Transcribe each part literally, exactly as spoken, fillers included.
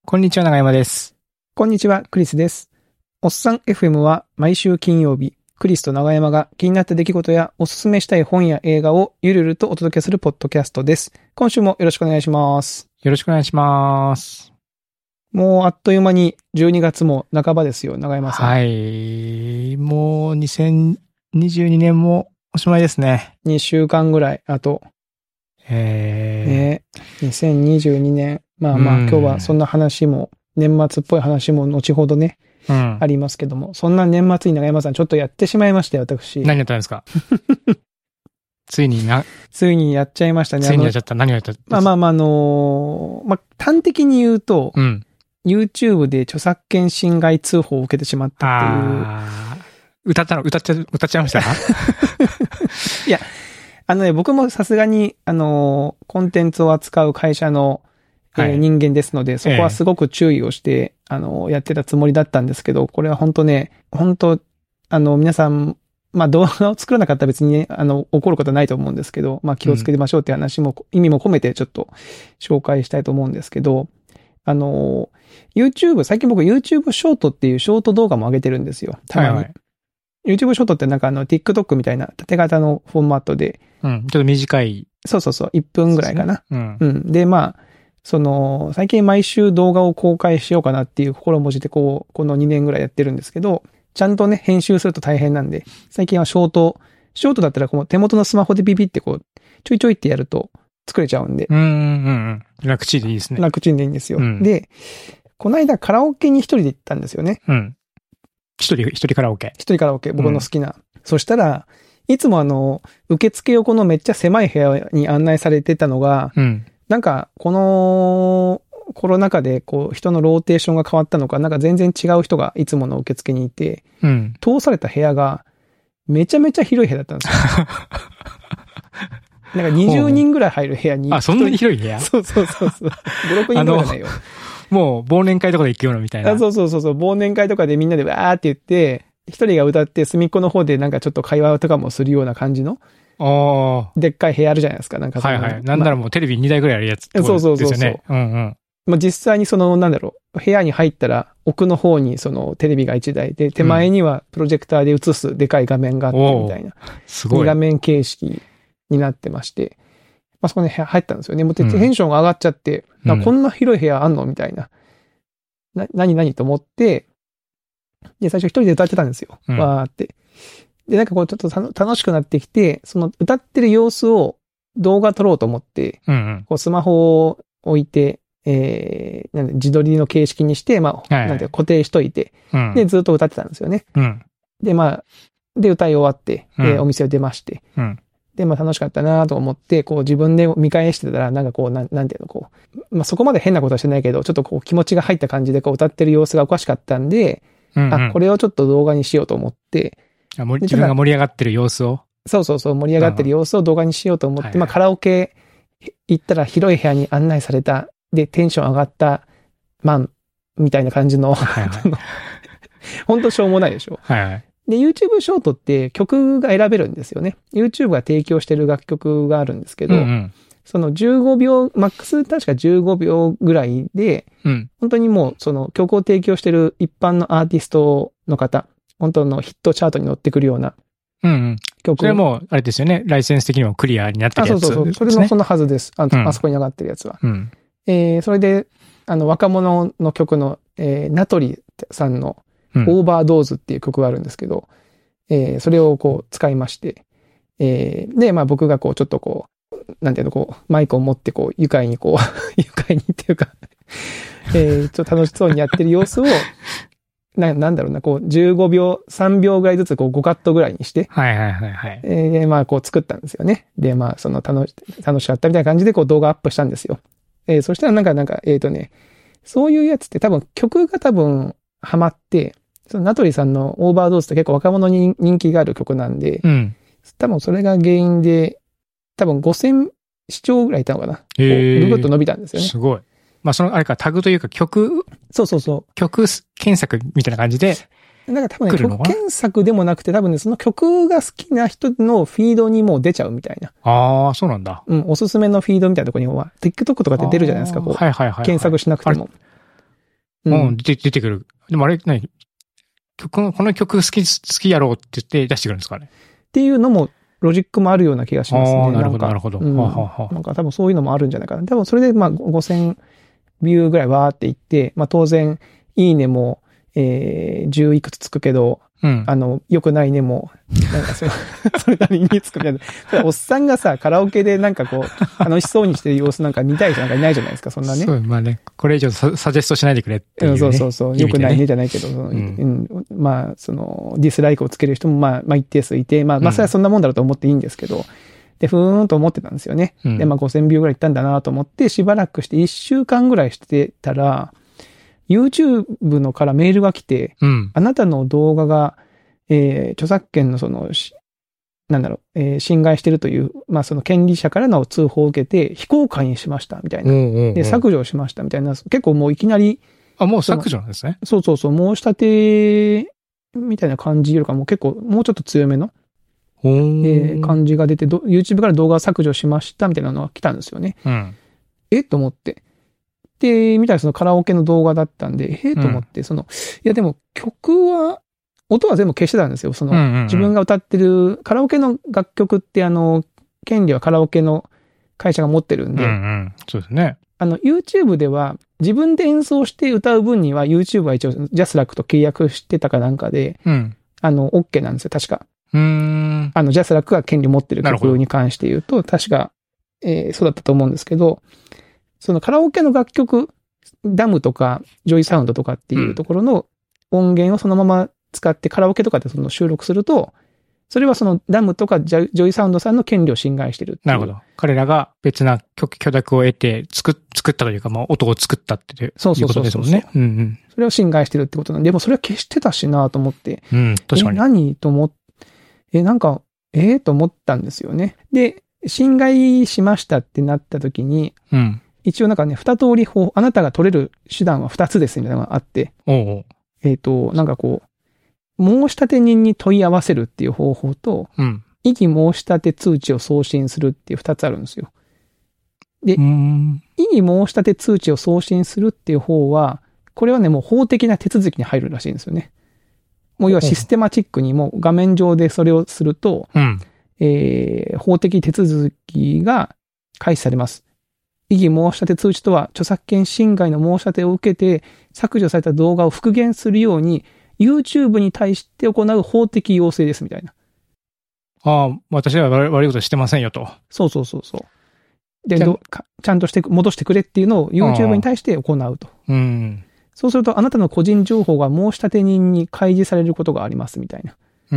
こんにちは、長山です。 こんにちは、クリスです。おっさん エフエム は毎週金曜日、クリスと長山が気になった出来事やおすすめしたい本や映画をゆるゆるとお届けするポッドキャストです。今週もよろしくお願いします。 よろしくお願いします。 もうあっという間にじゅうにがつも半ばですよ、長山さん。 はい。もうにせんにじゅうにねんもおしまいですね。 にしゅうかんぐらい、あと。 えー、ね、にせんにじゅうにねん。まあまあ、今日はそんな話も、年末っぽい話も後ほどね、うん、ありますけども、そんな年末に長山さんちょっとやってしまいましたよ、私。 何やったんですかついにな、 ついにやっちゃいましたね。 ついにやっちゃった。何をやったんですか？ まあまあまあ、あのー、まあ、端的に言うと、うん、YouTube で著作権侵害通報を受けてしまったっていう。 あ歌ったの、歌っちゃ、歌っちゃいましたかいや、あのね、僕もさすがに、あのー、コンテンツを扱う会社の、えーはい、人間ですので、そこはすごく注意をして、えー、あの、やってたつもりだったんですけど、これは本当ね、本当あの、皆さん、まあ動画を作らなかったら別にね、あの、怒ることはないと思うんですけど、まあ気をつけましょうって話も、うん、意味も込めてちょっと紹介したいと思うんですけど、あの、YouTube、最近僕 YouTube ショートっていうショート動画も上げてるんですよ。たまに。はいはい、YouTube ショートってなんかあの TikTok みたいな縦型のフォーマットで。 うん、ちょっと短い。 そうそうそう、いっぷんぐらいかな。 うん。 うん。で、まあ、その、最近毎週動画を公開しようかなっていう心持ちでこう、このにねんぐらいやってるんですけど、ちゃんとね、編集すると大変なんで、最近はショート、ショートだったらこう手元のスマホでビビってこう、ちょいちょいってやると作れちゃうんで。 うんうんうん。楽ちんでいいですね。 楽ちんでいいんですよ。うん、で、この間カラオケに一人で行ったんですよね。 うん。一人、一人カラオケ。 一人カラオケ、僕の好きな。うん、そしたら、いつもあの、受付横のめっちゃ狭い部屋に案内されてたのが、うん、なんか、このコロナ禍でこう人のローテーションが変わったのか、なんか全然違う人がいつもの受付にいて、うん、通された部屋がめちゃめちゃ広い部屋だったんですよ。なんかにじゅうにんぐらい入る部屋に。 あ、そんなに広い部屋？ そうそうそうそう。ご、ろくにんぐらいじゃないよ。 もう忘年会とかで行くようなみたいな。 あ、そうそうそうそう。忘年会とかでみんなでわーって言って、一人が歌って隅っこの方でなんかちょっと会話とかもするような感じの。 ああ。 でっかい部屋あるじゃないですか。なんかその。 はいはい。なんならもうテレビにだいぐらいあるやつってことですよね。そうそうそうそう。うんうん。 まあ実際にその、なんだろう、部屋に入ったら奥の方にそのテレビがいちだいで、手前にはプロジェクターで映すでかい画面があってみたいな。 すごい。 に画面形式になってまして。まあそこに入ったんですよね。もうテンションが上がっちゃって、うん、こんな広い部屋あんのみたいな。な、何何と思って、で、最初一人で歌ってたんですよ。うん、わーって。で、なんかこうちょっと楽しくなってきて、その歌ってる様子を動画撮ろうと思って、うんうん、こうスマホを置いて、えー、なんで自撮りの形式にして、まあ、はいはい、なんて固定しといて、うん、で、ずっと歌ってたんですよね。うん、で、まあ、で、歌い終わって、うん、えー、お店を出まして、うん、で、まあ楽しかったなと思って、こう自分で見返してたら、なんかこう、なん、なんていうの、こう、まあそこまで変なことはしてないけど、ちょっとこう気持ちが入った感じでこう歌ってる様子がおかしかったんで、うんうん、あ、これをちょっと動画にしようと思って、 あ、も自分が盛り上がってる様子をそうそうそう、盛り上がってる様子を動画にしようと思って、はいはい、まあカラオケ行ったら広い部屋に案内された、で、テンション上がったマンみたいな感じの、はいはい、本当しょうもないでしょ。はいはい、で、YouTube ショートって曲が選べるんですよね。YouTube が提供してる楽曲があるんですけど、うんうん、そのじゅうごびょう、マックス確かじゅうごびょうぐらいで、うん、本当にもうその曲を提供してる一般のアーティストの方、本当のヒットチャートに乗ってくるようなうんうん、曲。それはもう、あれですよね。ライセンス的にもクリアになってるやつですね。 あ、そうそうそう。それのそのはずです。あ, うん、あそこに上がってるやつは。うん、えー、それで、あの、若者の曲の、えー、ナトリさんのオーバードーズっていう曲があるんですけど、うん、えー、それをこう使いまして、えー、で、まあ僕がこうちょっとこう、なんていうの、こう、マイクを持ってこう、愉快にこう、愉快にっていうか、えー、ちょっと楽しそうにやってる様子を、な、なんだろうな、こう、じゅうごびょう、さんびょうぐらいずつ、こう、ごカットぐらいにして。 はいはいはいはい。 えー、で、まあ、こう、作ったんですよね。で、まあ、その、楽し、楽しかったみたいな感じで、こう、動画アップしたんですよ。えー、そしたらなんか、なんか、えっとね、そういうやつって多分、曲が多分、ハマって、その、ナトリさんのオーバードーズって結構若者に人気がある曲なんで、うん、多分それが原因で、多分ごせん視聴ぐらいいたのかな。へー。ぐぐっと伸びたんですよね。 すごい。まあ、その、あれか、タグというか曲、 そうそうそう。 曲検索みたいな感じで。 なんか多分ね、曲検索でもなくて多分ね、その曲が好きな人のフィードにもう出ちゃうみたいな。 ああ、そうなんだ。 うん、おすすめのフィードみたいなところには、TikTok とかって出るじゃないですか、こう。はいはいはい、はい。検索しなくても。 うん、出て、出てくる。でもあれ、何曲、この曲好き、好きやろうって言って出してくるんですかね。 っていうのも、ロジックもあるような気がしますね。 なるほど、なるほど。 うん、はははなんか多分そういうのもあるんじゃないかな。多分それでまあごせんビューぐらいわーっていって、まあ当然、いいねも、えー、じゅういくつつくけど、うん、あの、良くないねも、なんかそれ、それなりにつくみたいな。おっさんがさ、カラオケでなんかこう、楽しそうにしてる様子なんか見たい人なんかいないじゃないですか、そんなね。 そう、まあね、これ以上サ、サジェストしないでくれっていう、ね。 そうそうそう、良くないねじゃないけど、うんうん、まあ、その、ディスライクをつける人もまあ、まあ一定数いて、まあ、まあそれはそんなもんだろうと思っていいんですけど、うん、で、ふーんと思ってたんですよね。うん、で、まあごせんビューぐらいいったんだなと思って、しばらくしていっしゅうかんぐらいしてたら、YouTube のからメールが来て、うん、あなたの動画が、えー、著作権のその、なんだろう、えー、侵害してるという、まあその権利者からの通報を受けて、非公開にしましたみたいな。うんうんうん、で、削除しましたみたいな。結構もういきなり。 あ、もう削除なんですね。 そうそうそう、申し立てみたいな感じよりかもう結構、もうちょっと強めの、えー、感じが出て、YouTube から動画を削除しましたみたいなのが来たんですよね。うん、えと思って。で、見たらそのカラオケの動画だったんで、えー、と思って、うん、その、いやでも曲は、音は全部消してたんですよ。その、うんうんうん、自分が歌ってる、カラオケの楽曲ってあの、権利はカラオケの会社が持ってるんで。うんうん、 そうですね。 あの、YouTube では、自分で演奏して歌う分には YouTube は一応ジャスラックと契約してたかなんかで、うん、あの、OK なんですよ、確か。うーんあの、ジャスラックが権利持ってる曲に関して言うと、確か、えー、そうだったと思うんですけど、そのカラオケの楽曲、ダムとか、ジョイサウンドとかっていうところの音源をそのまま使ってカラオケとかでその収録すると、それはそのダムとかジョイサウンドさんの権利を侵害してるっていう。 なるほど。彼らが別な許諾を得て作、作ったというか、まあ音を作ったっていうことですもんね。うんうん。 それを侵害してるってことなんで、でもそれは消してたしなと思って。 うん、確かに。 え、何と思って、え、なんか、ええー、と思ったんですよね。で、侵害しましたってなった時に、うん。一応なんかね、二通り法、あなたが取れる手段は二つですみたいなのがあって、おうおうえっ、ー、と、なんかこう、申立人に問い合わせるっていう方法と、うん、異議申し立て通知を送信するっていう二つあるんですよ。で、異議申し立て通知を送信するっていう方は、これはね、もう法的な手続きに入るらしいんですよね。もう要はシステマチックにもう画面上でそれをすると、うん、えー、法的手続きが開始されます。異議申し立て通知とは、著作権侵害の申し立てを受けて、削除された動画を復元するように、YouTube に対して行う法的要請ですみたいな。 ああ、私は悪いことしてませんよと。 そうそうそうそう。で、どかちゃんとして、戻してくれっていうのを YouTube に対して行うと。うん。そうすると、あなたの個人情報が申し立て人に開示されることがありますみたいな。うん。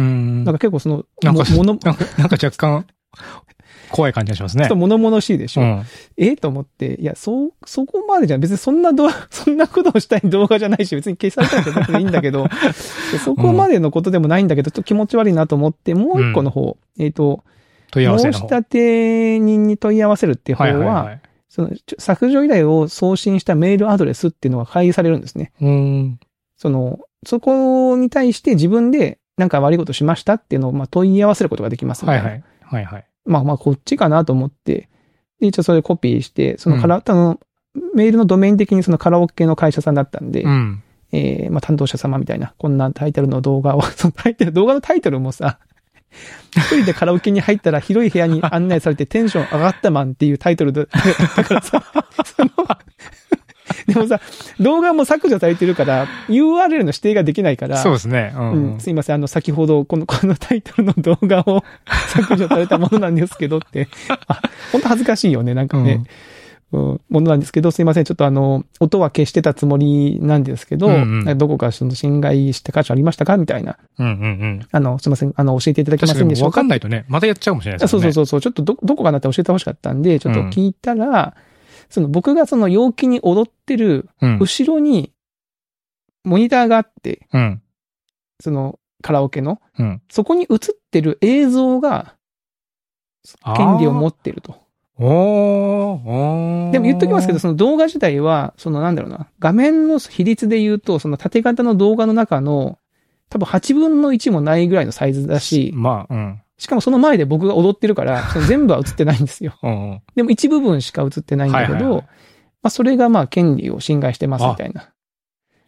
なんか結構その、 なんか、ものなんか、なんか若干、怖い感じがしますね。 ちょっと物々しいでしょ。うん、えー、と思って、いや、そう、そこまでじゃん。別にそんな動画、そんなことをしたい動画じゃないし、別に消されたりとかいいんだけど、そこまでのことでもないんだけど、ちょっと気持ち悪いなと思って、もう一個の方、うん、えっ、ー、と、 問い合わせの申し立て人に問い合わせるっていう方は、はいはいはい、その、削除依頼を送信したメールアドレスっていうのが開示されるんですね。うん、その、そこに対して自分でなんか悪いことしましたっていうのを、まあ、問い合わせることができますみたいな。はいはい。はいはい。まあまあこっちかなと思って、で、一応それコピーして、そのカラ、うん、のメールのドメイン的にそのカラオケの会社さんだったんで、うん、えー、まあ担当者様みたいな、こんなタイトルの動画を、そのタイトル、動画のタイトルもさ、一人でカラオケに入ったら広い部屋に案内されてテンション上がったマンっていうタイトルだからさ、その、でもさ、動画も削除されてるから、ユーアールエルの指定ができないから。 そうですね。うんうんうん、すいません、あの、先ほど、この、このタイトルの動画を削除されたものなんですけどって、あ、本当恥ずかしいよね、なんかね。うんうん、ものなんですけど、すいません、ちょっとあの、音は消してたつもりなんですけど、うんうん、どこかその侵害した箇所ありましたかみたいな。うんうんうん。あの、すいません、あの、教えていただけませんでしょうか。 わかんないとね、またやっちゃうかもしれないですね。 そうそうそう、ちょっとど、どこかなって教えてほしかったんで、ちょっと聞いたら、うんその僕がその陽気に踊ってる後ろにモニターがあって、うん、そのカラオケの、うん、そこに映ってる映像が権利を持ってると。おーでも言っときますけど、その動画自体は、そのなんだろうな、画面の比率で言うと、その縦型の動画の中の多分はちぶんのいちもないぐらいのサイズだし、まあ、うん。しかもその前で僕が踊ってるから、その全部は映ってないんですよ。うん、でも一部分しか映ってないんだけど、はいはいはい、まあそれがまあ権利を侵害してますみたいな。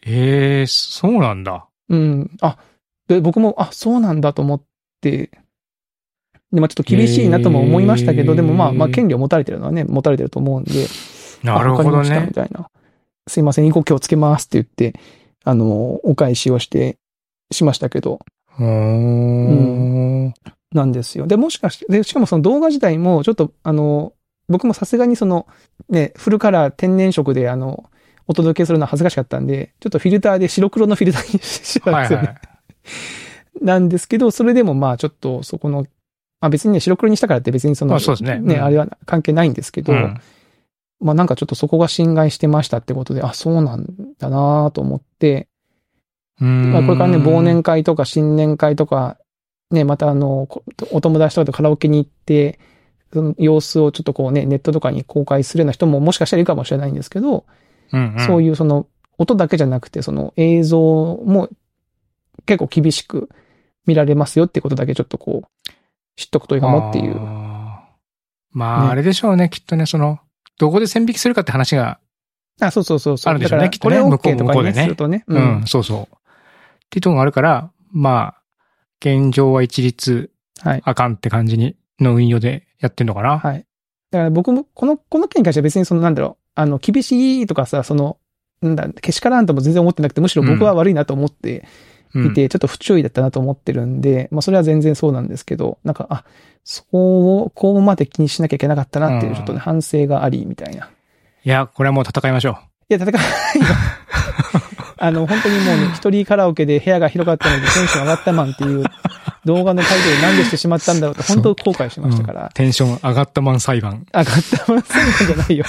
ええー、そうなんだ。 うん。あ、で、僕も、あ、そうなんだと思って、で、まあちょっと厳しいなとも思いましたけど、えー、でもまあまあ権利を持たれてるのはね、持たれてると思うんで、 なるほどね。 わかりましたみたいな。すいません、以後気をつけますって言って、あの、お返しをして、しましたけど。 うーん。 なんですよ。で、もしかして、で、しかもその動画自体も、ちょっと、あの、僕もさすがにその、ね、フルカラー天然色で、あの、お届けするのは恥ずかしかったんで、ちょっとフィルターで白黒のフィルターにしてたんですよね。はいはい、なんですけど、それでもまあちょっとそこの、まあ別にね、白黒にしたからって別にその、まあそうですね。ね、うん、あれは関係ないんですけど、うん、まあなんかちょっとそこが侵害してましたってことで、あ、そうなんだなと思って、 うんまあこれからね、忘年会とか新年会とか、ね、またあの、お友達とかとカラオケに行って、その様子をちょっとこうね、ネットとかに公開するような人ももしかしたらいるかもしれないんですけど、 うんうん、 そういうその音だけじゃなくて、その映像も結構厳しく見られますよってことだけちょっとこう、知っとくといいかもっていう。 あまあ、ね、あれでしょうね、きっとね、その、どこで線引きするかって話が、 あ、そうそうそうそう。 あるでしょうね、きっとね。 これ OK とかにするとね。 うん、うん、そうそう。っていうところがあるから、まあ、現状は一律、あかんって感じに、の運用でやってんのかな。 はい。だから僕も、この、この件に関しては別にその、なんだろう、あの、厳しいとかさ、その、なんだ、けしからんとも全然思ってなくて、むしろ僕は悪いなと思っていて、うん、ちょっと不注意だったなと思ってるんで、まあそれは全然そうなんですけど、なんか、あ、そう、こうまで気にしなきゃいけなかったなっていう、ちょっとね、うん、反省があり、みたいな。 いや、これはもう戦いましょう。 いや、戦いまあの、本当にもうね、一人カラオケで部屋が広かったのでテンション上がったマンっていう動画のタイトルなんでしてしまったんだろうって本当後悔しましたから。 うん、テンション上がったマン裁判。 上がったマン裁判じゃないよ。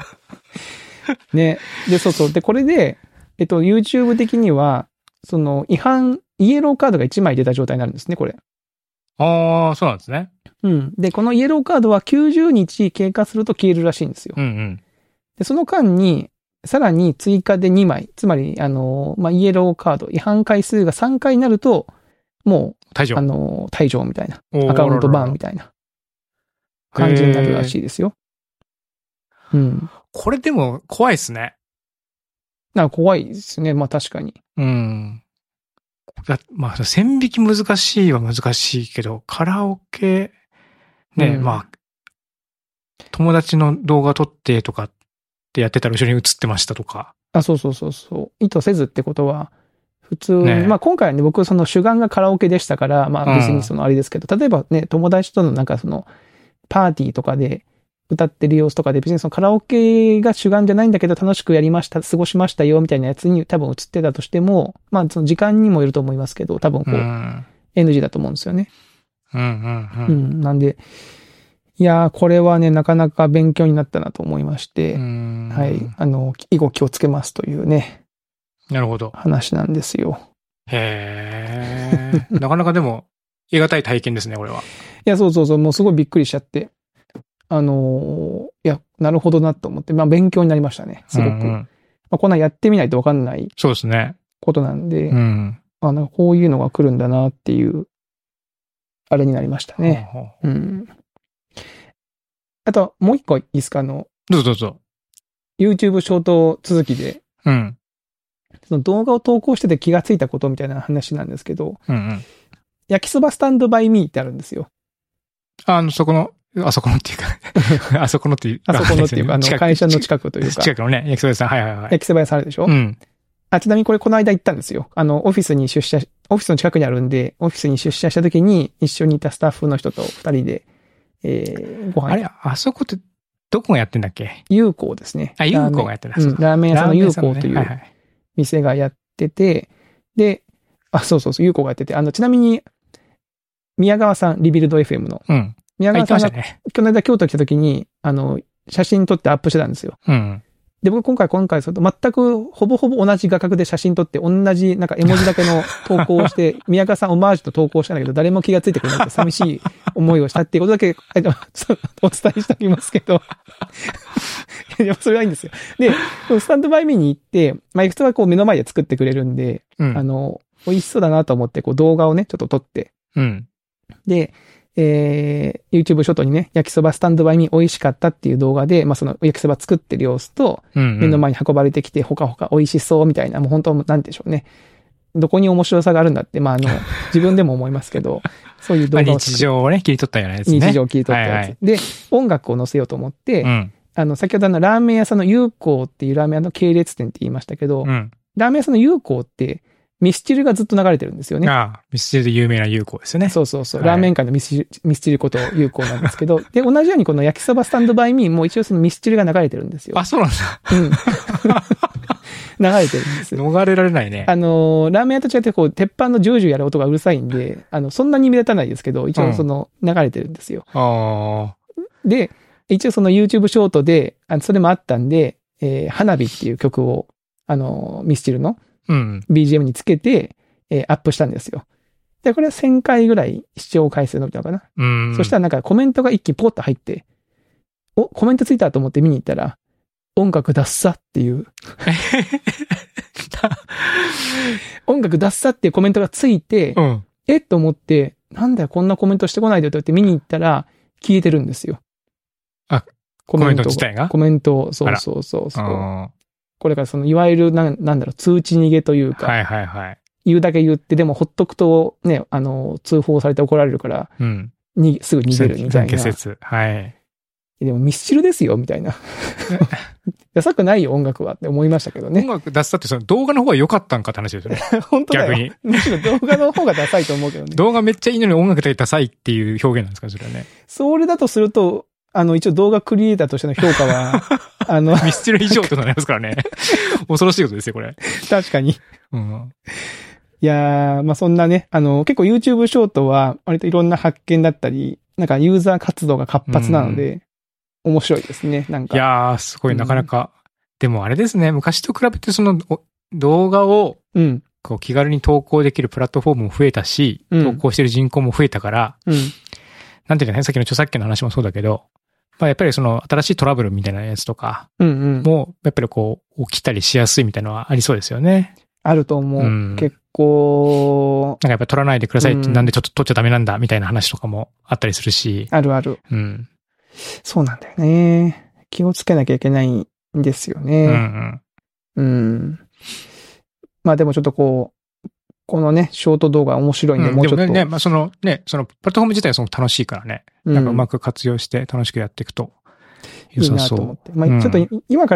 ね。で、そうそう。で、これで、えっと、YouTube 的には、その違反、イエローカードがいちまい出た状態になるんですね、これ。 ああ、そうなんですね。 うん。で、このイエローカードはきゅうじゅうにち経過すると消えるらしいんですよ。 うんうん。 で、その間に、さらに追加でにまい。つまり、あの、まあ、イエローカード、違反回数がさんかいになると、もう、 退場。 あの、退場みたいな。アカウントバーンみたいな感じになるらしいですよ。うん。 これでも怖いっすね。 なんか怖いですね。まあ確かに。 うん。まあ、線引き難しいは難しいけど、カラオケ、ね、うん、まあ、友達の動画撮ってとかってやってたら後ろに映ってましたとか。 あ、そうそうそうそう。意図せずってことは、普通に、ね、まあ今回はね、僕その主眼がカラオケでしたから、まあ別にそのあれですけど、うん、例えばね、友達とのなんかその、パーティーとかで歌ってる様子とかで別にそのカラオケが主眼じゃないんだけど楽しくやりました、過ごしましたよみたいなやつに多分映ってたとしても、まあその時間にもよると思いますけど、多分こう、うん、エヌジー だと思うんですよね。 うんうんうん。 うん。なんで、いやー、これはね、なかなか勉強になったなと思いまして、はい。あの、以後気をつけますというね。 なるほど。 話なんですよ。 へー。なかなかでも、得難い体験ですね、これは。いや、そうそうそう、もうすごいびっくりしちゃって。あのー、いや、なるほどなと思って、まあ勉強になりましたね、すごく。うんうん、まあ、こんなんやってみないとわかんない。 そうですね。 ことなんで、 うん、 あの、こういうのが来るんだなっていう、あれになりましたね。ほうほううん。あと、もう一個いいですか、あの、 どうぞどうぞ。 YouTube ショート続きで、 うん。 その動画を投稿してて気がついたことみたいな話なんですけど、 うんうん、 焼きそばスタンドバイミーってあるんですよ。 あの、そこの、あそこのっていうか、あそこのっていうか。あそこのっていうか、あの、会社の近くというか。 近くのね、焼きそば屋さん、はいはいはい。 焼きそば屋さんあるでしょうん。あ、ちなみにこれこの間行ったんですよ。あの、オフィスに出社、オフィスの近くにあるんで、オフィスに出社した時に一緒にいたスタッフの人と二人で、えー、ご飯。 あれ、あそこってどこがやってんだっけ？ 優子ですね。 あ、優子がやってる。 うん、ラーメン屋さんの優子という店がやってて、で、あ、そうそうそう、優子がやってて、あの、ちなみに、宮川さん、リビルド エフエム の。 うん。 宮川さんが、ね、去年京都来た時に、あの、写真撮ってアップしてたんですよ。 うん。 で、僕今回今回すると全くほぼほぼ同じ画角で写真撮って同じなんか絵文字だけの投稿をして、宮川さんオマージュと投稿したんだけど誰も気がついてくれなくて寂しい思いをしたっていうことだけお伝えしておきますけど。いや、それはいいんですよ。で、スタンドバイミーに行って、まあ、いくつかこう目の前で作ってくれるんで、うん、あの、美味しそうだなと思ってこう動画をね、ちょっと撮って。 うん。 で、 えー、YouTube ショートにね、焼きそばスタンドバイミー美味しかったっていう動画で、まあその焼きそば作ってる様子と、 うんうん、 目の前に運ばれてきて、ほかほか美味しそうみたいな、もう本当、なんでしょうね。どこに面白さがあるんだって、まああの、自分でも思いますけど、そういう動画を日常をね、切り取ったようなやつね。 日常を切り取ったやつ。はいはい、で、音楽を載せようと思って、うん、あの、先ほどあの、ラーメン屋さんのユーコーっていうラーメン屋の系列店って言いましたけど、うん、ラーメン屋さんのユーコーって、ミスチルがずっと流れてるんですよね。 ああ、ミスチルで有名なユーコーですよね。 そうそうそう。はい、ラーメン界のミスチル、ミスチルことユーコーなんですけど、で、同じようにこの焼きそばスタンドバイミーも一応そのミスチルが流れてるんですよ。 あ、そうなんだ。 うん。流れてるんです。 逃れられないね。 あの、ラーメン屋と違ってこう、鉄板のジュージューやる音がうるさいんで、あの、そんなに目立たないですけど、一応その、流れてるんですよ。 うん、ああ。 で、一応その YouTube ショートで、あそれもあったんで、えー、花火っていう曲を、あの、ミスチルの ビージーエム につけて、えー、アップしたんですよ。で、これはせんかいぐらい視聴回数伸びたのかな。 うん。 そしたらなんかコメントが一気にポコッと入って、お、コメントついたと思って見に行ったら、音楽ダッサっていう。音楽ダッサっていうコメントがついて、うん、えっと思って、なんだよこんなコメントしてこないでと言って見に行ったら、消えてるんですよ。 あ、コメント自体がコメント、そうそうそうそう。これからその、いわゆるな、なんだろう、通知逃げというか。 はいはいはい。 言うだけ言って、でもほっとくとね、あの、通報されて怒られるから、うん。に、すぐ逃げるみたいな。 結節。はい。 でもミスチルですよ、みたいな。ダサくないよ、音楽はって思いましたけどね。 音楽ダサってその動画の方が良かったんかって話ですよね。 本当だよ。 逆に。 むしろ動画の方がダサいと思うけどね。 動画めっちゃいいのに音楽だけダサいっていう表現なんですか、それはね。 それだとすると、あの、一応動画クリエイターとしての評価は、あの、 ミスチル以上となりますからね。恐ろしいことですよ、これ。 確かに。 うん。 いやー、まあ、そんなね、あの、結構 YouTube ショートは割といろんな発見だったり、なんかユーザー活動が活発なので、うん、面白いですね、なんか。 いやー、すごい、なかなか。うん、でもあれですね、昔と比べてその動画を、うん。こう気軽に投稿できるプラットフォームも増えたし、うん、投稿してる人口も増えたから、うん。なんていうかね、さっきの著作権の話もそうだけど、まあやっぱりその新しいトラブルみたいなやつとか、うんうん。も、やっぱりこう、起きたりしやすいみたいなのはありそうですよね。 あると思う。うん、結構。 なんかやっぱり取らないでくださいって、うん、なんでちょっと取っちゃダメなんだみたいな話とかもあったりするし。 あるある。 うん。 そうなんだよね。気をつけなきゃいけないんですよね。うんうん。うん。まあでもちょっとこう、このね、ショート動画面白いんで、うん、もうちょっと。 でもね、まあそのね、そのプラットフォーム自体はすごく楽しいからね。うん、なんかうまく活用して楽しくやっていくと良さそう。 いいなと思って。まあ、うん、ちょっと今から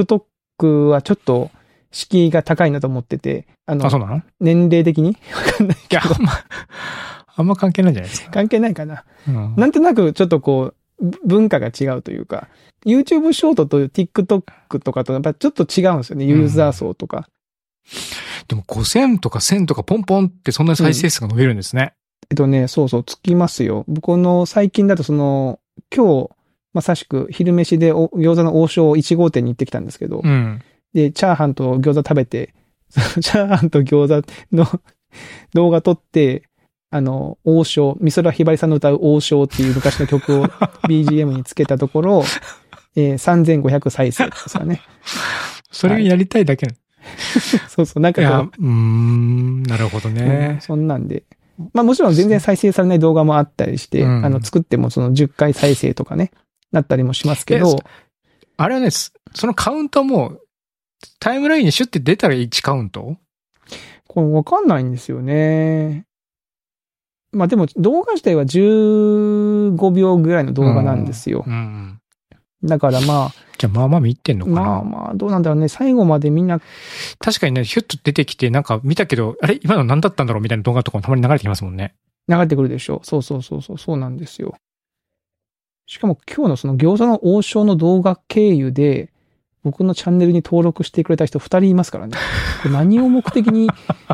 TikTok はちょっと敷居が高いなと思ってて、あの、 あ、そうなの？ 年齢的にわかんないけど。 いや、あんま、あんま関係ないんじゃないですか。 関係ないかな。うん、なんとなくちょっとこう、文化が違うというか、YouTube ショートと TikTok とかとやっぱちょっと違うんですよね、ユーザー層とか。うん、 でもごせんとかせんとかポンポンってそんなに再生数が伸びるんですね。 うん、えっとね、そうそう、つきますよ。僕の最近だとその、今日、まさしく昼飯でお餃子の王将いち号店に行ってきたんですけど、うん、で、チャーハンと餃子食べて、チャーハンと餃子の動画撮って、あの、王将、美空ひばりさんの歌う王将っていう昔の曲を ビージーエム につけたところ、えー、さんぜんごひゃく再生ですかね。 それやりたいだけ、はい、 そうそう、なんかこう。うーん、なるほどね、 うん。そんなんで。まあもちろん全然再生されない動画もあったりして、うん、あの、作ってもそのじゅっかい再生とかね、なったりもしますけど。 あれはね、そのカウントも、タイムラインにシュッて出たらいちカウント？ これわかんないんですよね。まあでも動画自体はじゅうごびょうぐらいの動画なんですよ。うんうん、だからまあ。 じゃあまあまあ見てんのかな？ まあまあどうなんだろうね。最後までみんな。 確かにね、ヒュッと出てきてなんか見たけど、あれ今の何だったんだろうみたいな動画とかもたまに流れてきますもんね。 流れてくるでしょ。そうそうそうそう、そうなんですよ。しかも今日のその餃子の王将の動画経由で、僕のチャンネルに登録してくれた人ふたりいますからね。これ何を目的に、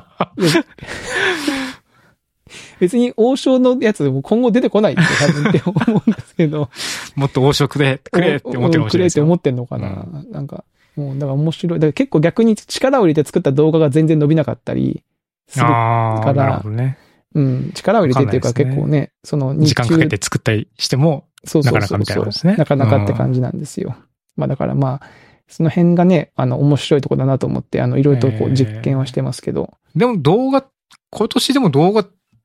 別に王将のやつも今後出てこないって多分って思うんですけど。 もっと王将くれ、くれって思ってるかもしれないですよ。 くれって思ってんのかな、うん、なんか、もうだから面白い。だから結構逆に力を入れて作った動画が全然伸びなかったりするから。 なるほどね。 うん、力を入れてっていうか、ね、結構ね、その時間かけて作ったりしても、そうそうそうそうなかなかみたいなことですね。 なかなかって感じなんですよ。まあだからまあ、その辺がね、あの、面白いところだなと思って、あの、いろいろとこう実験はしてますけど。 でも動画、今年でも動画、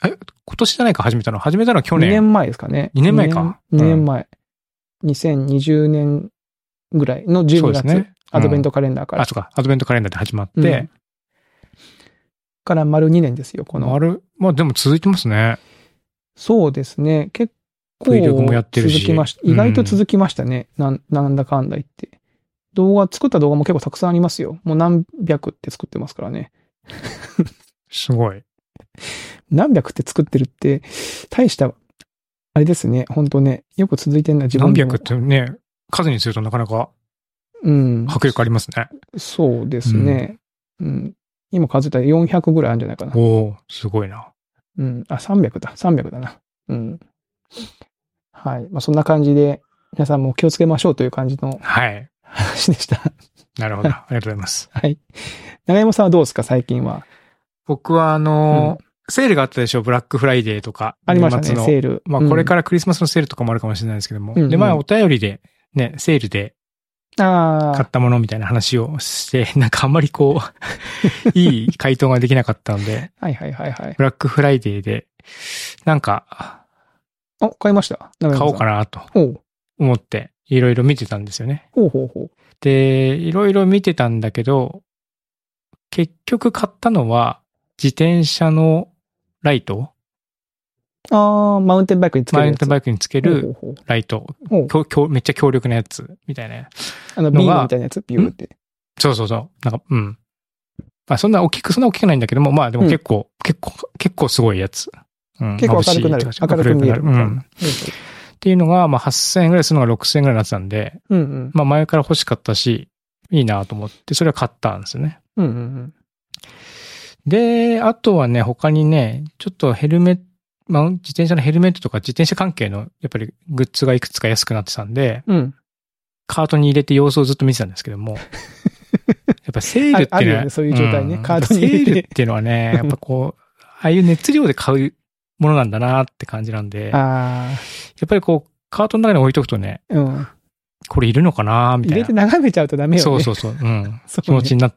え、今年じゃないか始めたの。始めたのは去年。 にねんまえですかね。 にねんまえか。 にねんまえ。にせんにじゅうねんぐらいのじゅうにがつ、ね、アドベントカレンダーから。 あ、そうか。アドベントカレンダーで始まって。うん、 から丸にねんですよ、この。 丸、まあでも続いてますね。 そうですね。結構続きました。意外と続きましたね。うん、な, なんだかんだ言って。動画、作った動画も結構たくさんありますよ。もう何百って作ってますからね。 すごい。 何百って作ってるって、大した、あれですね。本当ね。よく続いてるのは自分でも。何百ってね、数にするとなかなか、うん。迫力ありますね。 そうですね。うん。うん、今数えたらよんひゃくぐらいあるんじゃないかな。 おー、すごいな。 うん。あ、さんびゃくだ。さんびゃくだな。うん。はい。まあ、そんな感じで、皆さんも気をつけましょうという感じの。 はい。 話でした。 なるほど。ありがとうございます。 はい。長山さんはどうですか、最近は。 僕は、あのー、うんセールがあったでしょ、ブラックフライデーとか。 ありましたね、セール。 まあ、これからクリスマスのセールとかもあるかもしれないですけども。うんうん、で、まあ、お便りで、ね、セールで、買ったものみたいな話をして、なんかあんまりこう、いい回答ができなかったので。 はいはいはいはい。 ブラックフライデーで、なんか、 お、買いました買おうかなと、思って、いろいろ見てたんですよね。 ほうほうほう。 で、いろいろ見てたんだけど、結局買ったのは、自転車のライトああ、マウンテンバイクにつけるマウンテンバイクにつけるライト。ほうほうほう強めっちゃ強力なやつ、みたいな。 あの、ビームみたいなやつビューって。 そうそうそう。なんか、うん。まあ、そんな大きく、そんな大きくないんだけども、まあでも結構、うん、結構、結構すごいやつ。 うん、結構明るくなる。明るく見える。 うん。っていうのが、まあはっせんえんぐらいするのがろくせんえんぐらいになってたんで、 うんうん、 まあ前から欲しかったし、いいなと思って、それは買ったんですよね。 うんうんうん、 で、あとはね、他にね、ちょっとヘルメット、まあ、自転車のヘルメットとか自転車関係の、やっぱりグッズがいくつか安くなってたんで、 うん、 カートに入れて様子をずっと見てたんですけども、やっぱセールっていうのは、あるよね、そういう状態ね、うん、カートに入れて。 セールっていうのはね、やっぱこう、ああいう熱量で買うものなんだなって感じなんで、 あやっぱりこう、カートの中に置いとくとね、 うん、 これいるのかなみたいな。 入れて眺めちゃうとダメよね。 そうそうそう、うん。そうね、気持ちになって。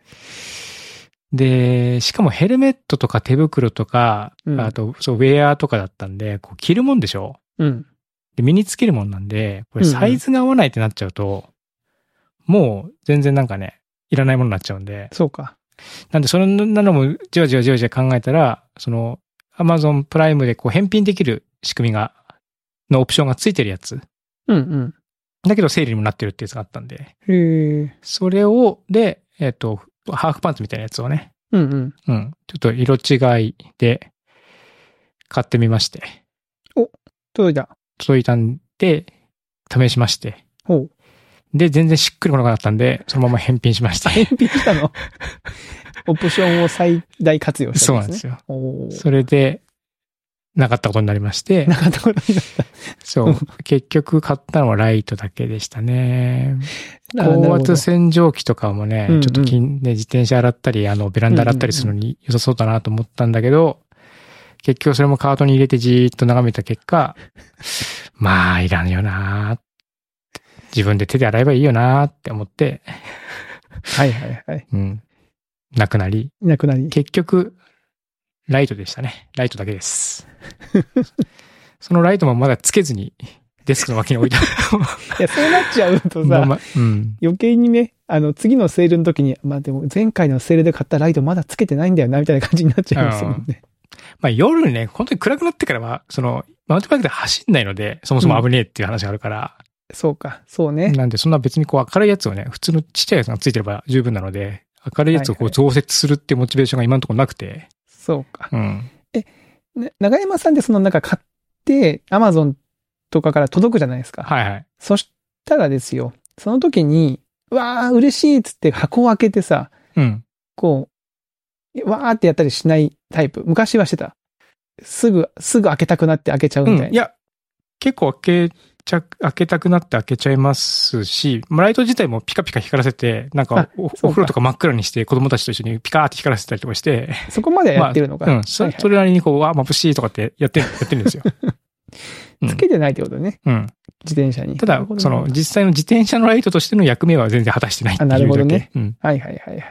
で、しかもヘルメットとか手袋とか、うん、あと、そう、ウェアとかだったんで、こう着るもんでしょうん。 で、身につけるもんなんで、これサイズが合わないってなっちゃうと、うんうん、もう全然なんかね、いらないものになっちゃうんで。 そうか。 なんで、そんなのもじわじわじわじわ考えたら、その、Amazon プライムでこう返品できる仕組みが、のオプションがついてるやつ。 うんうん。 だけどセールにもなってるってやつがあったんで。 へー。 それを、で、えっと、ハーフパンツみたいなやつをね。 うんうん。 うん。ちょっと色違いで買ってみまして。 お、届いた。 届いたんで、試しまして。 ほう。 で、全然しっくりこなかったんで、そのまま返品しました。 返品したのオプションを最大活用したんですね。そうなんですよ。それで、なかったことになりまして。 なかったことになった。 そう。結局買ったのはライトだけでしたね。高圧洗浄機とかもね、ちょっときん、ね、自転車洗ったり、あの、ベランダ洗ったりするのに良さそうだなと思ったんだけど、結局それもカートに入れてじーっと眺めた結果、まあ、いらんよなー。自分で手で洗えばいいよなーって思って。 はいはいはい。 うん。なくなり。 なくなり。 結局、ライトでしたね。ライトだけです。そのライトもまだつけずにデスクの脇に置いた。いや、そうなっちゃうとさ、まあまあうん、余計にね、あの、次のセールの時に、まあでも前回のセールで買ったライトまだつけてないんだよな、みたいな感じになっちゃいますもんね。 まあ夜ね、本当に暗くなってからは、その、マウンテンバイクで走んないので、そもそも危ねえっていう話があるから。 うん、そうか、そうね。 なんで、そんな別にこう明るいやつをね、普通のちっちゃいやつがついてれば十分なので、明るいやつをこう増設するっていうモチベーションが今のところなくて。 そうか。 うん。 え、長山さんでそのなんか買って、アマゾンとかから届くじゃないですか。 はいはい。 そしたらですよ、その時に、うわー嬉しいっつって箱を開けてさ、 うん。 こう、わーってやったりしないタイプ。昔はしてた。すぐ、すぐ開けたくなって開けちゃうみたいな。 うん、いや、結構開けちゃ、開けたくなって開けちゃいますし、ライト自体もピカピカ光らせて、なんか お, お風呂とか真っ暗にして子供たちと一緒にピカーって光らせたりとかして。 そこまでやってるのか。 まあ、うん。そ, はいはい、それなりにこう、わー眩しいとかってやってる、やってるんですよ。 つけてないってことね。 うん。 自転車に。 ただ、その、実際の自転車のライトとしての役目は全然果たしてないっていうだけ。 あ、なるほどね。 うん。 はいはいはいはい。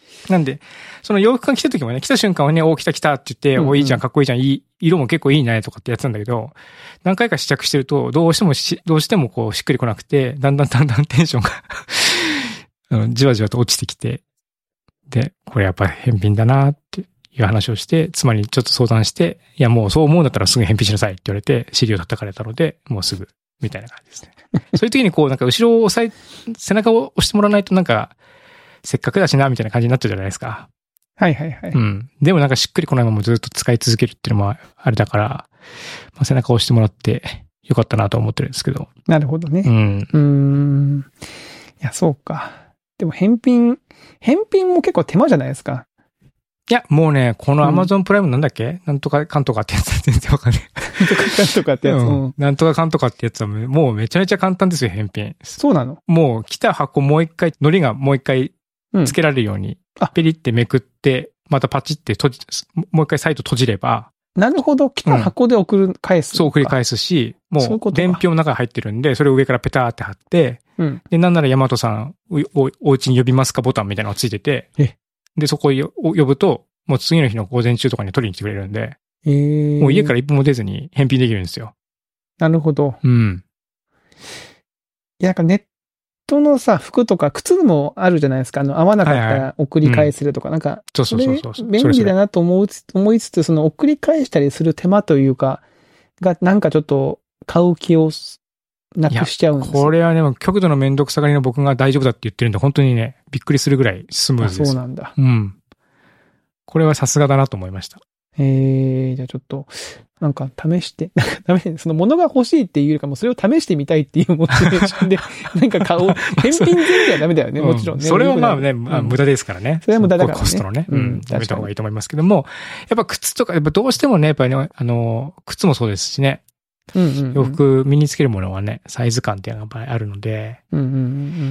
なんで、その洋服が来た時もね、来た瞬間はね、お、来た来たって言って、 うんうんお、いいじゃん、かっこいいじゃん、いい、色も結構いいね、とかってやってたんだけど、何回か試着してると、どうしてもし、どうしてもこう、しっくりこなくて、だんだんだんだんテンションがあの、じわじわと落ちてきて、で、これやっぱり返品だなっていう話をして、妻にちょっと相談して、いやもうそう思うんだったらすぐ返品しなさいって言われて、尻を叩かれたので、もうすぐ、みたいな感じですね。そういう時にこう、なんか後ろを押さえ、背中を押してもらわないとなんか、せっかくだしな、みたいな感じになっちゃうじゃないですか。 はいはいはい。 うん。でもなんかしっくりこないままずっと使い続けるっていうのもあれだから、まあ、背中を押してもらってよかったなと思ってるんですけど。 なるほどね。 うん。 うーん。いや、そうか。でも返品、返品も結構手間じゃないですか。 いや、もうね、この Amazon プライムなんだっけ、うん、なんとかかんとかってやつ全然わかんない。 なんとかかんとかってやつ。うん。 なんとかかんとかってやつはもうめちゃめちゃ簡単ですよ、返品。 そうなの？ もう来た箱もう一回、海苔がもう一回つけられるように、うん、ペリってめくって、またパチって閉じ、もう一回サイト閉じれば。 なるほど。来た箱で送る、返す、 うん。そう、送り返すし、もう、伝票の中に入ってるんで、それを上からペターって貼って、うん、で、なんならヤマトさん、お、お家に呼びますかボタンみたいなのがついてて、で、そこを呼ぶと、もう次の日の午前中とかに取りに来てくれるんで、えー、もう家から一歩も出ずに返品できるんですよ。 なるほど。 うん。 いや、なんかネットのさ、服とか靴もあるじゃないですか。あの、合わなかったら送り返せるとか、はいはい、うん、なんか、 そうそうそうそう。 便利だなと思いつつ、思いつつ、その送り返したりする手間というか、が、なんかちょっと買う気をなくしちゃうんですよ。 これはね、極度のめんどくさがりの僕が大丈夫だって言ってるんで、本当にね、びっくりするぐらいスムーズです。 そうなんだ。 うん。これはさすがだなと思いました。 えー、じゃあちょっと、なんか試して、なんかダメ、その物が欲しいっていうよりかもそれを試してみたいっていうモチベーションで、なんか買おう。返品全部はダメだよね、もちろんね。 それはまあね、まあ、無駄ですからね。 それは無駄だからね。 コストのね。うん。やめた方がいいと思いますけども、やっぱ靴とか、やっぱどうしてもね、やっぱりね、あの、靴もそうですしね。うんうんうん、洋服身につけるものはね、サイズ感っていうのがやっぱりあるので。うんうんうん、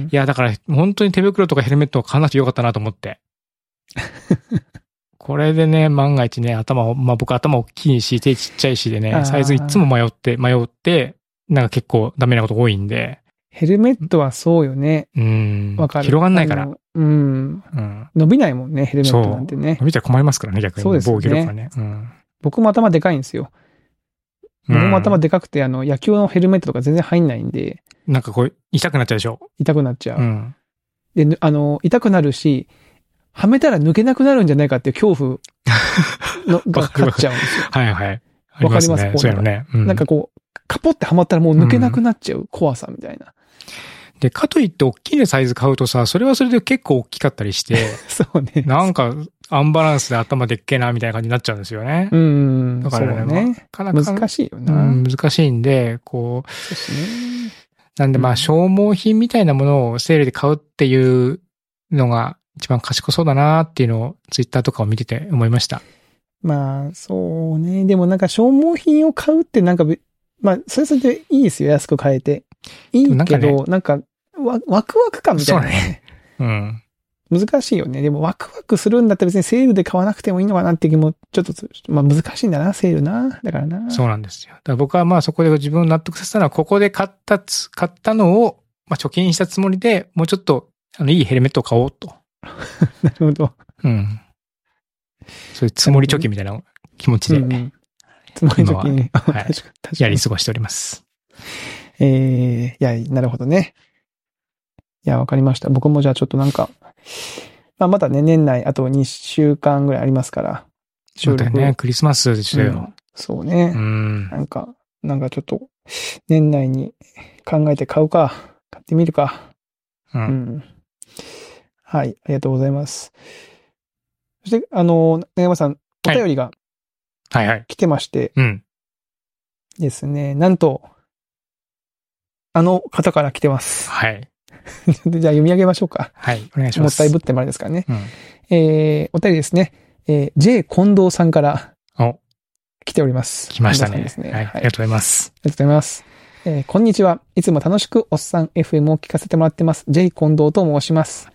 いや、だから本当に手袋とかヘルメットを買わなくてよかったなと思って。これでね、万が一ね、頭を、まあ僕頭大きいし、手ちっちゃいしでね、サイズいつも迷って、迷って、なんか結構ダメなこと多いんで。 ヘルメットはそうよね。 うん。 わかる。 広がんないから。 うん。うん。伸びないもんね、ヘルメットなんてね。 伸びたら困りますからね、逆に。 そうですね。 防御力がね。うん。 僕も頭でかいんですよ。僕も頭でかくて、あの、野球のヘルメットとか全然入んないんで。 なんかこう、痛くなっちゃうでしょ？ 痛くなっちゃう。 うん。 で、あの、痛くなるし、はめたら抜けなくなるんじゃないかっていう恐怖のが勝っちゃうんですよ。 はいはい。 わかりますね、そういうのね、 うん。なんかこう、カポってはまったらもう抜けなくなっちゃう怖さみたいな。 うん、で、かといって大きいサイズ買うとさ、それはそれで結構大きかったりして。 そうね。 なんか、アンバランスで頭でっけえな、みたいな感じになっちゃうんですよね。 うん。 だからね、 そうね、なかなか難しいよな、 うん。難しいんで、こう。 そうですね。 なんでまあ、消耗品みたいなものをセールで買うっていうのが、一番賢そうだなっていうのをツイッターとかを見てて思いました。 まあ、そうね。でもなんか消耗品を買うってなんか、まあ、それそれでいいですよ。安く買えて。いいけど、なんか、ね、なんかワクワク感みたいな、ね。 そうね。 うん。難しいよね。でもワクワクするんだったら別にセールで買わなくてもいいのかなって気も、ちょっと、まあ難しいんだな、セールな。だからな。 そうなんですよ。だから僕はまあそこで自分を納得させたのは、ここで買ったつ、買ったのを、まあ貯金したつもりで、もうちょっと、あの、いいヘルメットを買おうと。 なるほど。 うん。そういう積もり貯金みたいな気持ちで。うんうん、 積もり貯金ね。 はい。やり過ごしております。 ええー、いや、なるほどね。いや、わかりました。僕もじゃあちょっとなんか、まあまだね、年内あとにしゅうかんぐらいありますから。 そうだよね、クリスマスでしたよ、うん。 そうね。うん。なんか、なんかちょっと、年内に考えて買うか、買ってみるか。うん。うんはい、ありがとうございます。そして、あの、長山さん、お便りが、 はいはい。 来てまして、 うん。 ですね、なんと、あの方から来てます。 はい。 じゃあ読み上げましょうか。 はい、お願いします。 もったいぶってもあれですからね。 うん、 えー、お便りですね、えー、J 近藤さんからお来ております。 来ましたね。 ですねはい。ありがとうございます。 ありがとうございます。えー、こんにちは。いつも楽しくおっさん エフエム を聞かせてもらってます。J 近藤と申します。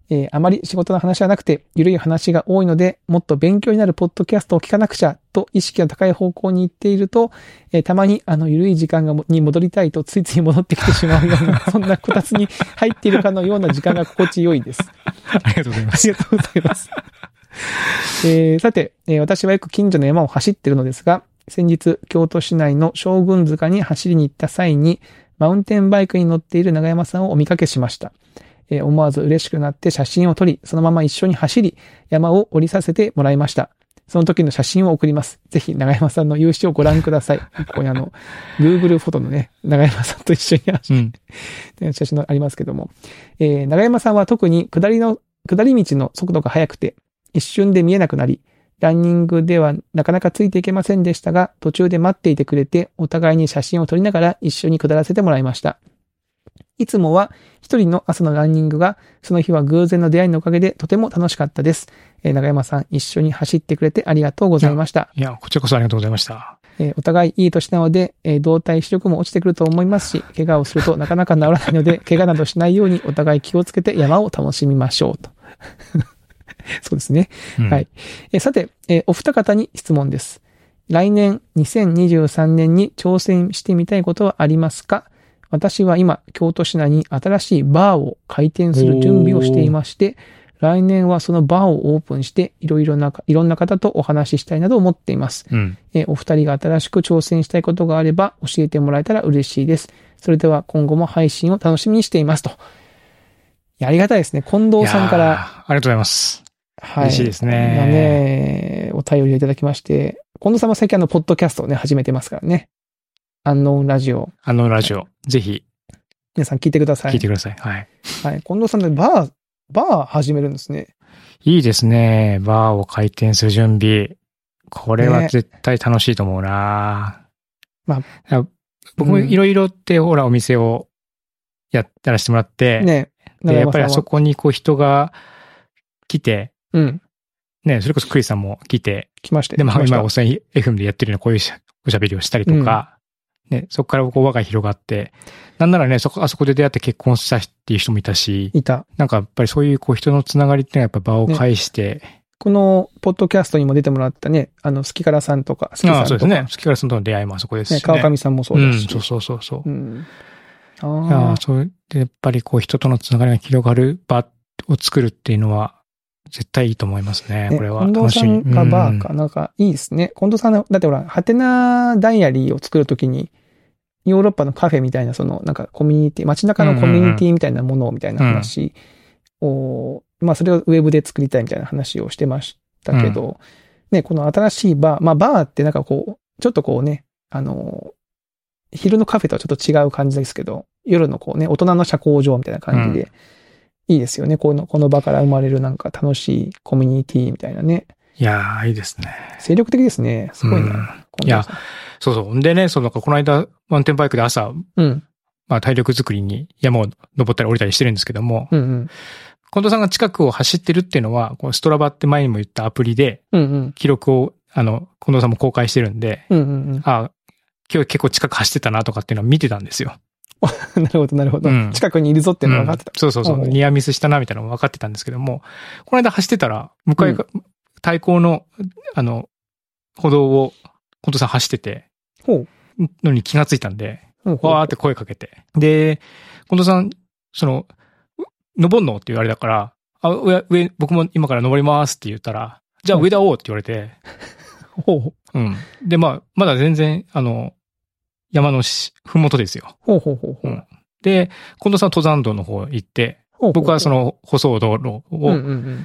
えー、あまり仕事の話はなくて、ゆるい話が多いので、もっと勉強になるポッドキャストを聞かなくちゃと意識の高い方向に行っていると、えー、たまにあのゆるい時間がに戻りたいとついつい戻ってきてしまうような、そんなこたつに入っているかのような時間が心地よいです。 ありがとうございます。 ありがとうございます。えー、さて、えー、私はよく近所の山を走っているのですが、先日、京都市内の将軍塚に走りに行った際に、マウンテンバイクに乗っている長山さんをお見かけしました。えー、思わず嬉しくなって写真を撮り、そのまま一緒に走り、山を降りさせてもらいました。その時の写真を送ります。ぜひ長山さんの勇姿をご覧ください。ここにあの、Google フォトのね、長山さんと一緒に走る、うん、写真がありますけども、えー、長山さんは特に下りの、下り道の速度が速くて、一瞬で見えなくなり、ランニングではなかなかついていけませんでしたが、途中で待っていてくれて、お互いに写真を撮りながら一緒に下らせてもらいました。いつもは一人の朝のランニングが、その日は偶然の出会いのおかげでとても楽しかったです。えー、長山さん、一緒に走ってくれてありがとうございました。 いや、いやこちらこそありがとうございました。 えー、お互いいい年なので、えー、動体視力も落ちてくると思いますし、怪我をするとなかなか治らないので、怪我などしないようにお互い気をつけて山を楽しみましょうと。そうですね。うん、はい。えー、さて、えー、お二方に質問です。来年にせんにじゅうさんねんに挑戦してみたいことはありますか？私は今、京都市内に新しいバーを開店する準備をしていまして、来年はそのバーをオープンして、いろいろな、いろんな方とお話ししたいなと思っています。うん、えお二人が新しく挑戦したいことがあれば教えてもらえたら嬉しいです。それでは今後も配信を楽しみにしていますと。いや、ありがたいですね。近藤さんから。 ありがとうございます。はい。嬉しいですね。 ね、お便りをいただきまして、近藤さんは最近あの、ポッドキャストをね、始めてますからね。アンノーンラジオ。 アンノーンラジオ。ぜひ。 皆さん聞いてください。 聞いてください。はい。 はい。近藤さんでバー、バー始めるんですね。 いいですね。バーを開店する準備。これは絶対楽しいと思うな、ね、まあ、僕もいろいろってほらお店をやったらしてもらって。ね。で、やっぱりあそこにこう人が来て。うん。ね、それこそクリスさんも来て。 来ました。 で、まあ今、おさん エフエム でやってるようなこういうおしゃべりをしたりとか。うんね、そこからこう輪が広がって、なんならね、そこ、あそこで出会って結婚したっていう人もいたし、 いた。 なんかやっぱりそういうこう人のつながりっていうのはやっぱ場を介して、ね、 このポッドキャストにも出てもらったね、あの、スキカラさんとか、スキさんとか。ああ、 そうですね。スキカラさんとの出会いもあそこですし、ね。 ね、川上さんもそうですし。 うん、そうそうそうそう。うん、 ああ。いや、そうで、やっぱりこう人とのつながりが広がる場を作るっていうのは、絶対いいと思いますね、ねこれは。 近藤さんがバーか、うん、なんかいいですね。近藤さんの、だってほら、ハテナダイアリーを作るときに、ヨーロッパのカフェみたいな、その、なんかコミュニティ、街中のコミュニティみたいなものみたいな話を、うん、まあそれをウェブで作りたいみたいな話をしてましたけど、うん、ね、この新しいバー、まあバーってなんかこう、ちょっとこうね、あの、昼のカフェとはちょっと違う感じですけど、夜のこうね、大人の社交場みたいな感じで、うん、いいですよね。この、この場から生まれるなんか楽しいコミュニティみたいなね。 いやー、いいですね。 精力的ですね。すごいな。うん、 いや、そうそう。でね、その、この間、マウンテンバイクで朝、うん、まあ体力作りに山を登ったり降りたりしてるんですけども、うんうん、近藤さんが近くを走ってるっていうのは、こうストラバって前にも言ったアプリで、記録を、あの、近藤さんも公開してるんで、うんうんうん、あ今日結構近く走ってたなとかっていうのを見てたんですよ。 なるほど、なるほど、うん。近くにいるぞっていうのが分かってた。 うん、そうそうそう。ニアミスしたなみたいなのも分かってたんですけども、この間走ってたら、向かいが、うん、対向の、あの、歩道を、近藤さん走ってて、ほう。のに気がついたんで、ほうほうわーって声かけて。で、近藤さん、その、登んのって言われたから、あ、上、上、僕も今から登りますって言ったら、じゃあ上だおうって言われて、ほうほう。うん。で、まあ、まだ全然、あの、山のし、ふもとですよ。 ほうほうほうほう、うん。 で、近藤さんは登山道の方行って、ほうほうほう僕はその舗装道路を、うんうんうん、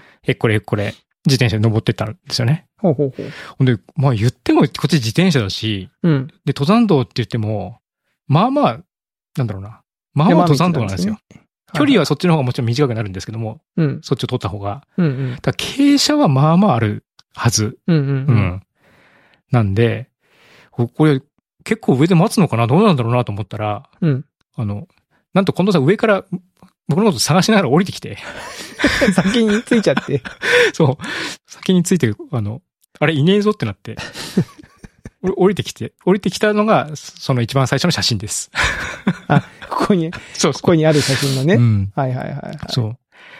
えっこれえっこれ、自転車で登ってったんですよね。 ほうほうほう。 ほんで、まあ言ってもこっち自転車だし、うん、で、登山道って言っても、まあまあ、なんだろうな。まあまあ登山道なんですよ。ですね、距離はそっちの方がもちろん短くなるんですけども、うん、そっちを取った方が。うんうん、だ傾斜はまあまああるはず。うんうんうんうん、なんで、これ結構上で待つのかなどうなんだろうなと思ったら、うん、あの、なんと近藤さん上から僕のこと探しながら降りてきて。 先についちゃって。 そう。先について、あの、あれいねえぞってなって。降りてきて、降りてきたのが、その一番最初の写真です。 あ、ここに、そうそうここにある写真のね。うん、はいはいはい、はい。 そう。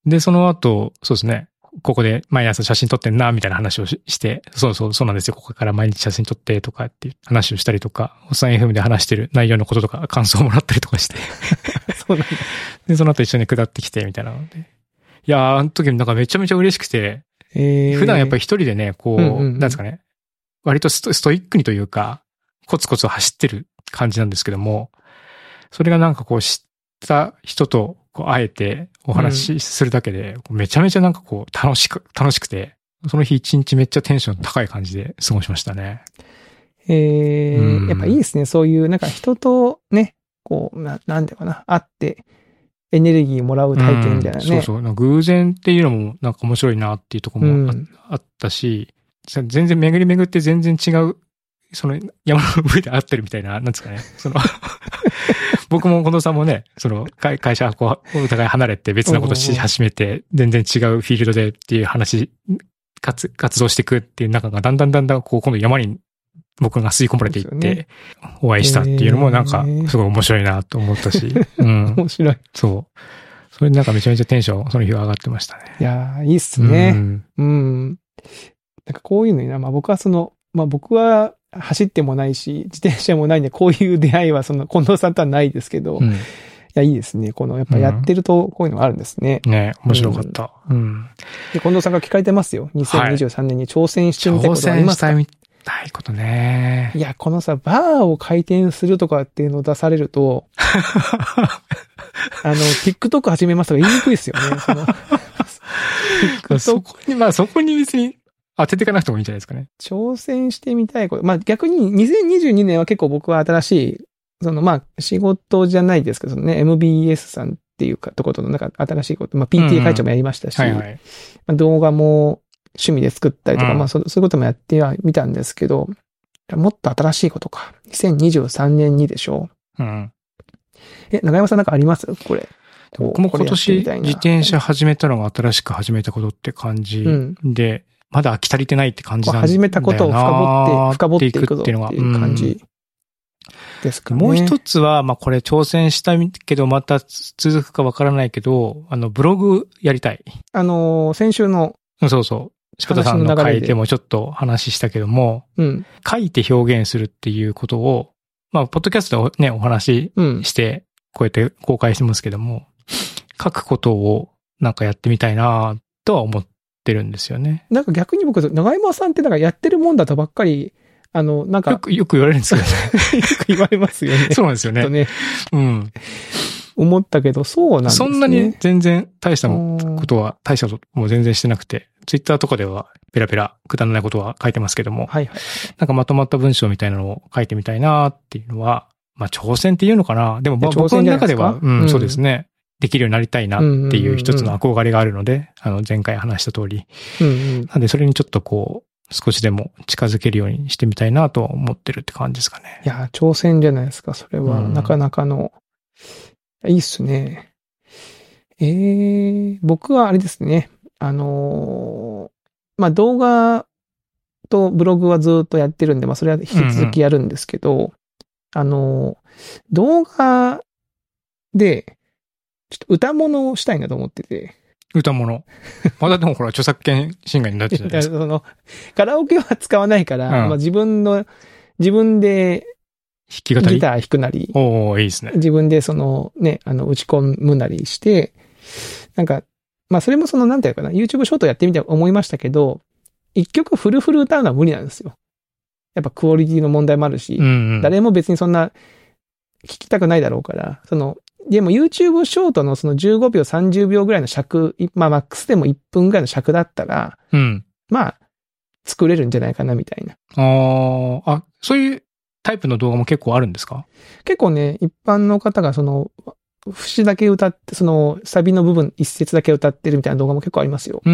で、その後、そうですね。ここで毎朝写真撮ってんな、みたいな話を し, して、そうそう、そうなんですよ。ここから毎日写真撮ってとかっていう話をしたりとか、おっさん エフエム で話してる内容のこととか感想をもらったりとかして。 そうなんだ。 で、その後一緒に下ってきて、みたいなので。いやー、あの時なんかめちゃめちゃ嬉しくて、 えー、 普段やっぱり一人でね、こう、 うんうんうん、 なんですかね、割とス ト, ストイックにというか、コツコツ走ってる感じなんですけども、それがなんかこう知った人とこう会えてお話しするだけで、めちゃめちゃなんかこう楽しく、楽しくて、その日一日めっちゃテンション高い感じで過ごしましたね。 えー、やっぱいいですね。そういうなんか人とね、こう、ななんていうかな、会ってエネルギーもらう体験みたいなね。 そうそう。偶然っていうのもなんか面白いなっていうところも あ,、うん、あったし、全然巡り巡って全然違う、その山の上で会ってるみたいな、なんですかね。その僕も近藤さんもね、その会会社こうお互い離れて別なことし始めて、全然違うフィールドでっていう話、活活動していくっていう中がだんだんだんだんこう今度山に僕が吸い込まれていってお会いしたっていうのもなんかすごい面白いなと思ったし。うん、 面白い。 そう。それでなんかめちゃめちゃテンションその日は上がってましたね。 いやー、いいっすね。うん。うん、なんかこういうのにな、まあ僕はその、まあ僕は走ってもないし、自転車もないんで、こういう出会いはその近藤さんとはないですけど、うん、いや、いいですね。このやっぱやってるとこういうのがあるんですね。 うん、ね、面白かった。うん。 で、近藤さんが聞かれてますよ。にせんにじゅうさんねんに挑戦してみたいことありますか？ 挑戦したいことね。 いや、このさ、バーを回転するとかっていうのを出されると、あの、TikTok 始めますとか言いにくいですよね。そのそこに、まあそこに別に当てていかなくてもいいんじゃないですかね。 挑戦してみたいこと。まあ逆ににせんにじゅうにねんは結構僕は新しい、そのまあ仕事じゃないですけどね、エムビーエス さんっていうかとことのなんか新しいこと、まあ ピーティー 会長もやりましたし、 うんうんはいはいまあ、動画も趣味で作ったりとか、 うん、 まあそそういうこともやってはみたんですけど、もっと新しいことか。にせんにじゅうさんねんにでしょう。 うん。 え、長山さんなんかありますこれ。 僕も今年自転車始めたのが新しく始めたことって感じで、うんまだ飽き足りてないって感じなんだよな。 始めたことを深掘って、深掘っていくぞっていう感じですかね。 もう一つは、まあこれ挑戦したけど、また続くかわからないけど、あの、ブログやりたい。 あの、先週の。 そうそう。柴田さんの書いてもちょっと話したけども、うん、書いて表現するっていうことを、まあ、ポッドキャストでね、お話しして、こうやって公開してますけども、うん、書くことをなんかやってみたいなとは思って、ってるんですよね。 なんか逆に僕、長山さんってなんかやってるもんだとばっかり、あの、なんか。 よく、よく言われるんですけどね。 よく言われますよね。 そうなんですよね。 ねうん。 思ったけど、そうなんですね。 そんなに全然大したことは、大したことも全然してなくて、ツイッターとかではペラペラくだらないことは書いてますけども、 はいはい。 なんかまとまった文章みたいなのを書いてみたいなっていうのは、まあ挑戦っていうのかな。でも僕の中では、うん、うん、そうですね。できるようになりたいなっていう一つの憧れがあるので、あの前回話した通り。 うんうん、 なんでそれにちょっとこう、少しでも近づけるようにしてみたいなと思ってるって感じですかね。 いや、挑戦じゃないですか。それは、なかなかの、うん、いいっすね。えー、僕はあれですね。あのー、まあ、動画とブログはずっとやってるんで、まあ、それは引き続きやるんですけど、うんうん、あのー、動画で、ちょっと歌物をしたいなと思ってて。 歌物。まだでもほら、著作権侵害になっちゃうじゃないですか。 その、カラオケは使わないから、うん、まあ自分の、自分で、 弾き語りギター弾くなり。 おー、いいですね。 自分でその、ね、あの、打ち込むなりして、なんか、まあそれもその、なんていうかな、YouTube ショートやってみて思いましたけど、一曲フルフル歌うのは無理なんですよ。やっぱクオリティの問題もあるし、 うんうん、 誰も別にそんな、聞きたくないだろうから、その、でも YouTube ショートのそのじゅうごびょう、さんじゅうびょうぐらいの尺、まあマックスでもいっぷんぐらいの尺だったら、 うん、 まあ、作れるんじゃないかなみたいな。 ああ、そういうタイプの動画も結構あるんですか？ 結構ね、一般の方がその、節だけ歌って、その、サビの部分一節だけ歌ってるみたいな動画も結構ありますよ。 うん。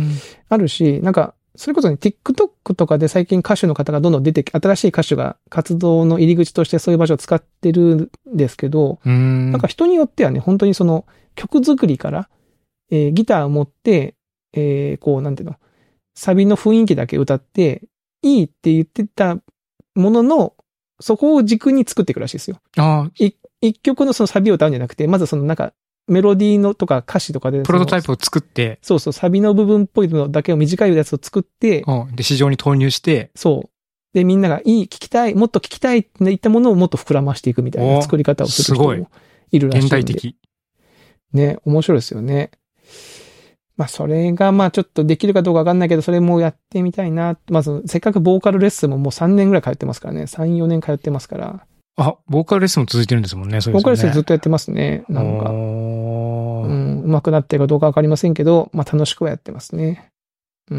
あるし、なんか、それこそね、TikTok とかで最近歌手の方がどんどん出てき、新しい歌手が活動の入り口としてそういう場所を使ってるんですけど、 うんなんか人によってはね、本当にその曲作りから、えー、ギターを持って、えー、こう、なんていうの、サビの雰囲気だけ歌って、いいって言ってたものの、そこを軸に作っていくらしいですよ。 ああ。 一曲のそのサビを歌うんじゃなくて、まずそのなんか、 メロディーのとか歌詞とかで。 プロトタイプを作って。 そうそう、サビの部分っぽいのだけを短いやつを作って。 うん。で、市場に投入して。 そう。で、みんながいい、聞きたい、もっと聞きたいって言ったものをもっと膨らましていくみたいな作り方をする人もいるらしいんで。 現代的。 ね、面白いですよね。まあ、それが、まあ、ちょっとできるかどうかわかんないけど、それもやってみたいな。まず、せっかくボーカルレッスンももうさんねんぐらい通ってますからね。さん、よねん通ってますから。 あ、ボーカルレッスンも続いてるんですもんね、そうですね。 ボーカルレッスンずっとやってますね。なんか。うん、上手くなってるかどうかわかりませんけど、まあ、楽しくはやってますね。うん。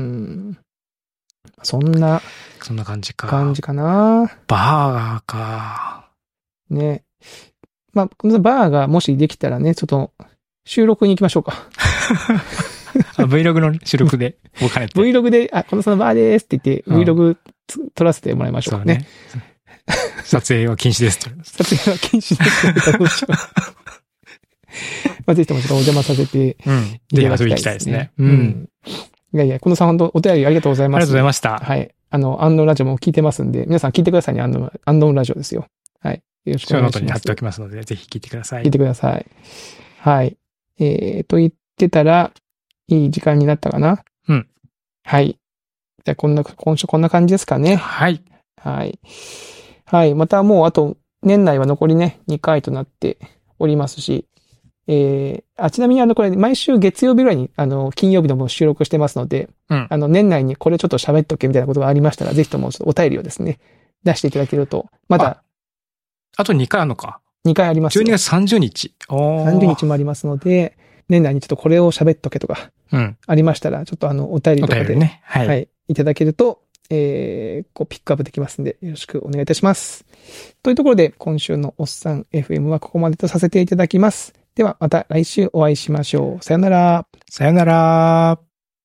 そんな。 そんな感じか。 感じかな。 バーガーか。 ね。まあ、このバーガーもしできたらね、ちょっと、収録に行きましょうか。 あ Vlog の収録で、僕兼ねて。 Vlog で、あ、このそのバーですって言って、うん、Vlog 撮らせてもらいましょうかね。 そうね。撮影は禁止ですと。 撮影は禁止ですってどうしよう。まあ、ぜひともちょっとお邪魔させていただきたいですね。 うん。ぜひ遊びに行きたいですね。 うん。いやいや、このさん本当お便りありがとうございます。 ありがとうございました。 はい。あの、アンドンラジオも聞いてますんで、皆さん聞いてくださいね、アンドン、アンドンラジオですよ。はい。よろしくお願いします。 ショーノートに貼っておきますので、ぜひ聞いてください。 聞いてください。はい。えー、と言ってたら、いい時間になったかな？ うん。 はい。じゃあ、こんな、今週こんな感じですかね。 はい。 はい。はい。またもう、あと、年内は残りね、にかいとなっておりますし、えー、あ、ちなみにあの、これ、毎週月曜日ぐらいに、あの、金曜日のも収録してますので、 うん。 あの、年内にこれちょっと喋っとけみたいなことがありましたら、ぜひともちょっとお便りをですね、出していただけると、まだ。 あとにかいあるのか。 にかいあります。 じゅうにがつさんじゅうにち。 おー。さんじゅうにちもありますので、年内にちょっとこれを喋っとけとか、 うん。 ありましたら、ちょっとあの、お便りとかで、 お便りね。はい。 はい。いただけると、えー、こう、ピックアップできますんで、よろしくお願いいたします。というところで、今週のおっさん エフエム はここまでとさせていただきます。では、また来週お会いしましょう。さよなら。 さよなら。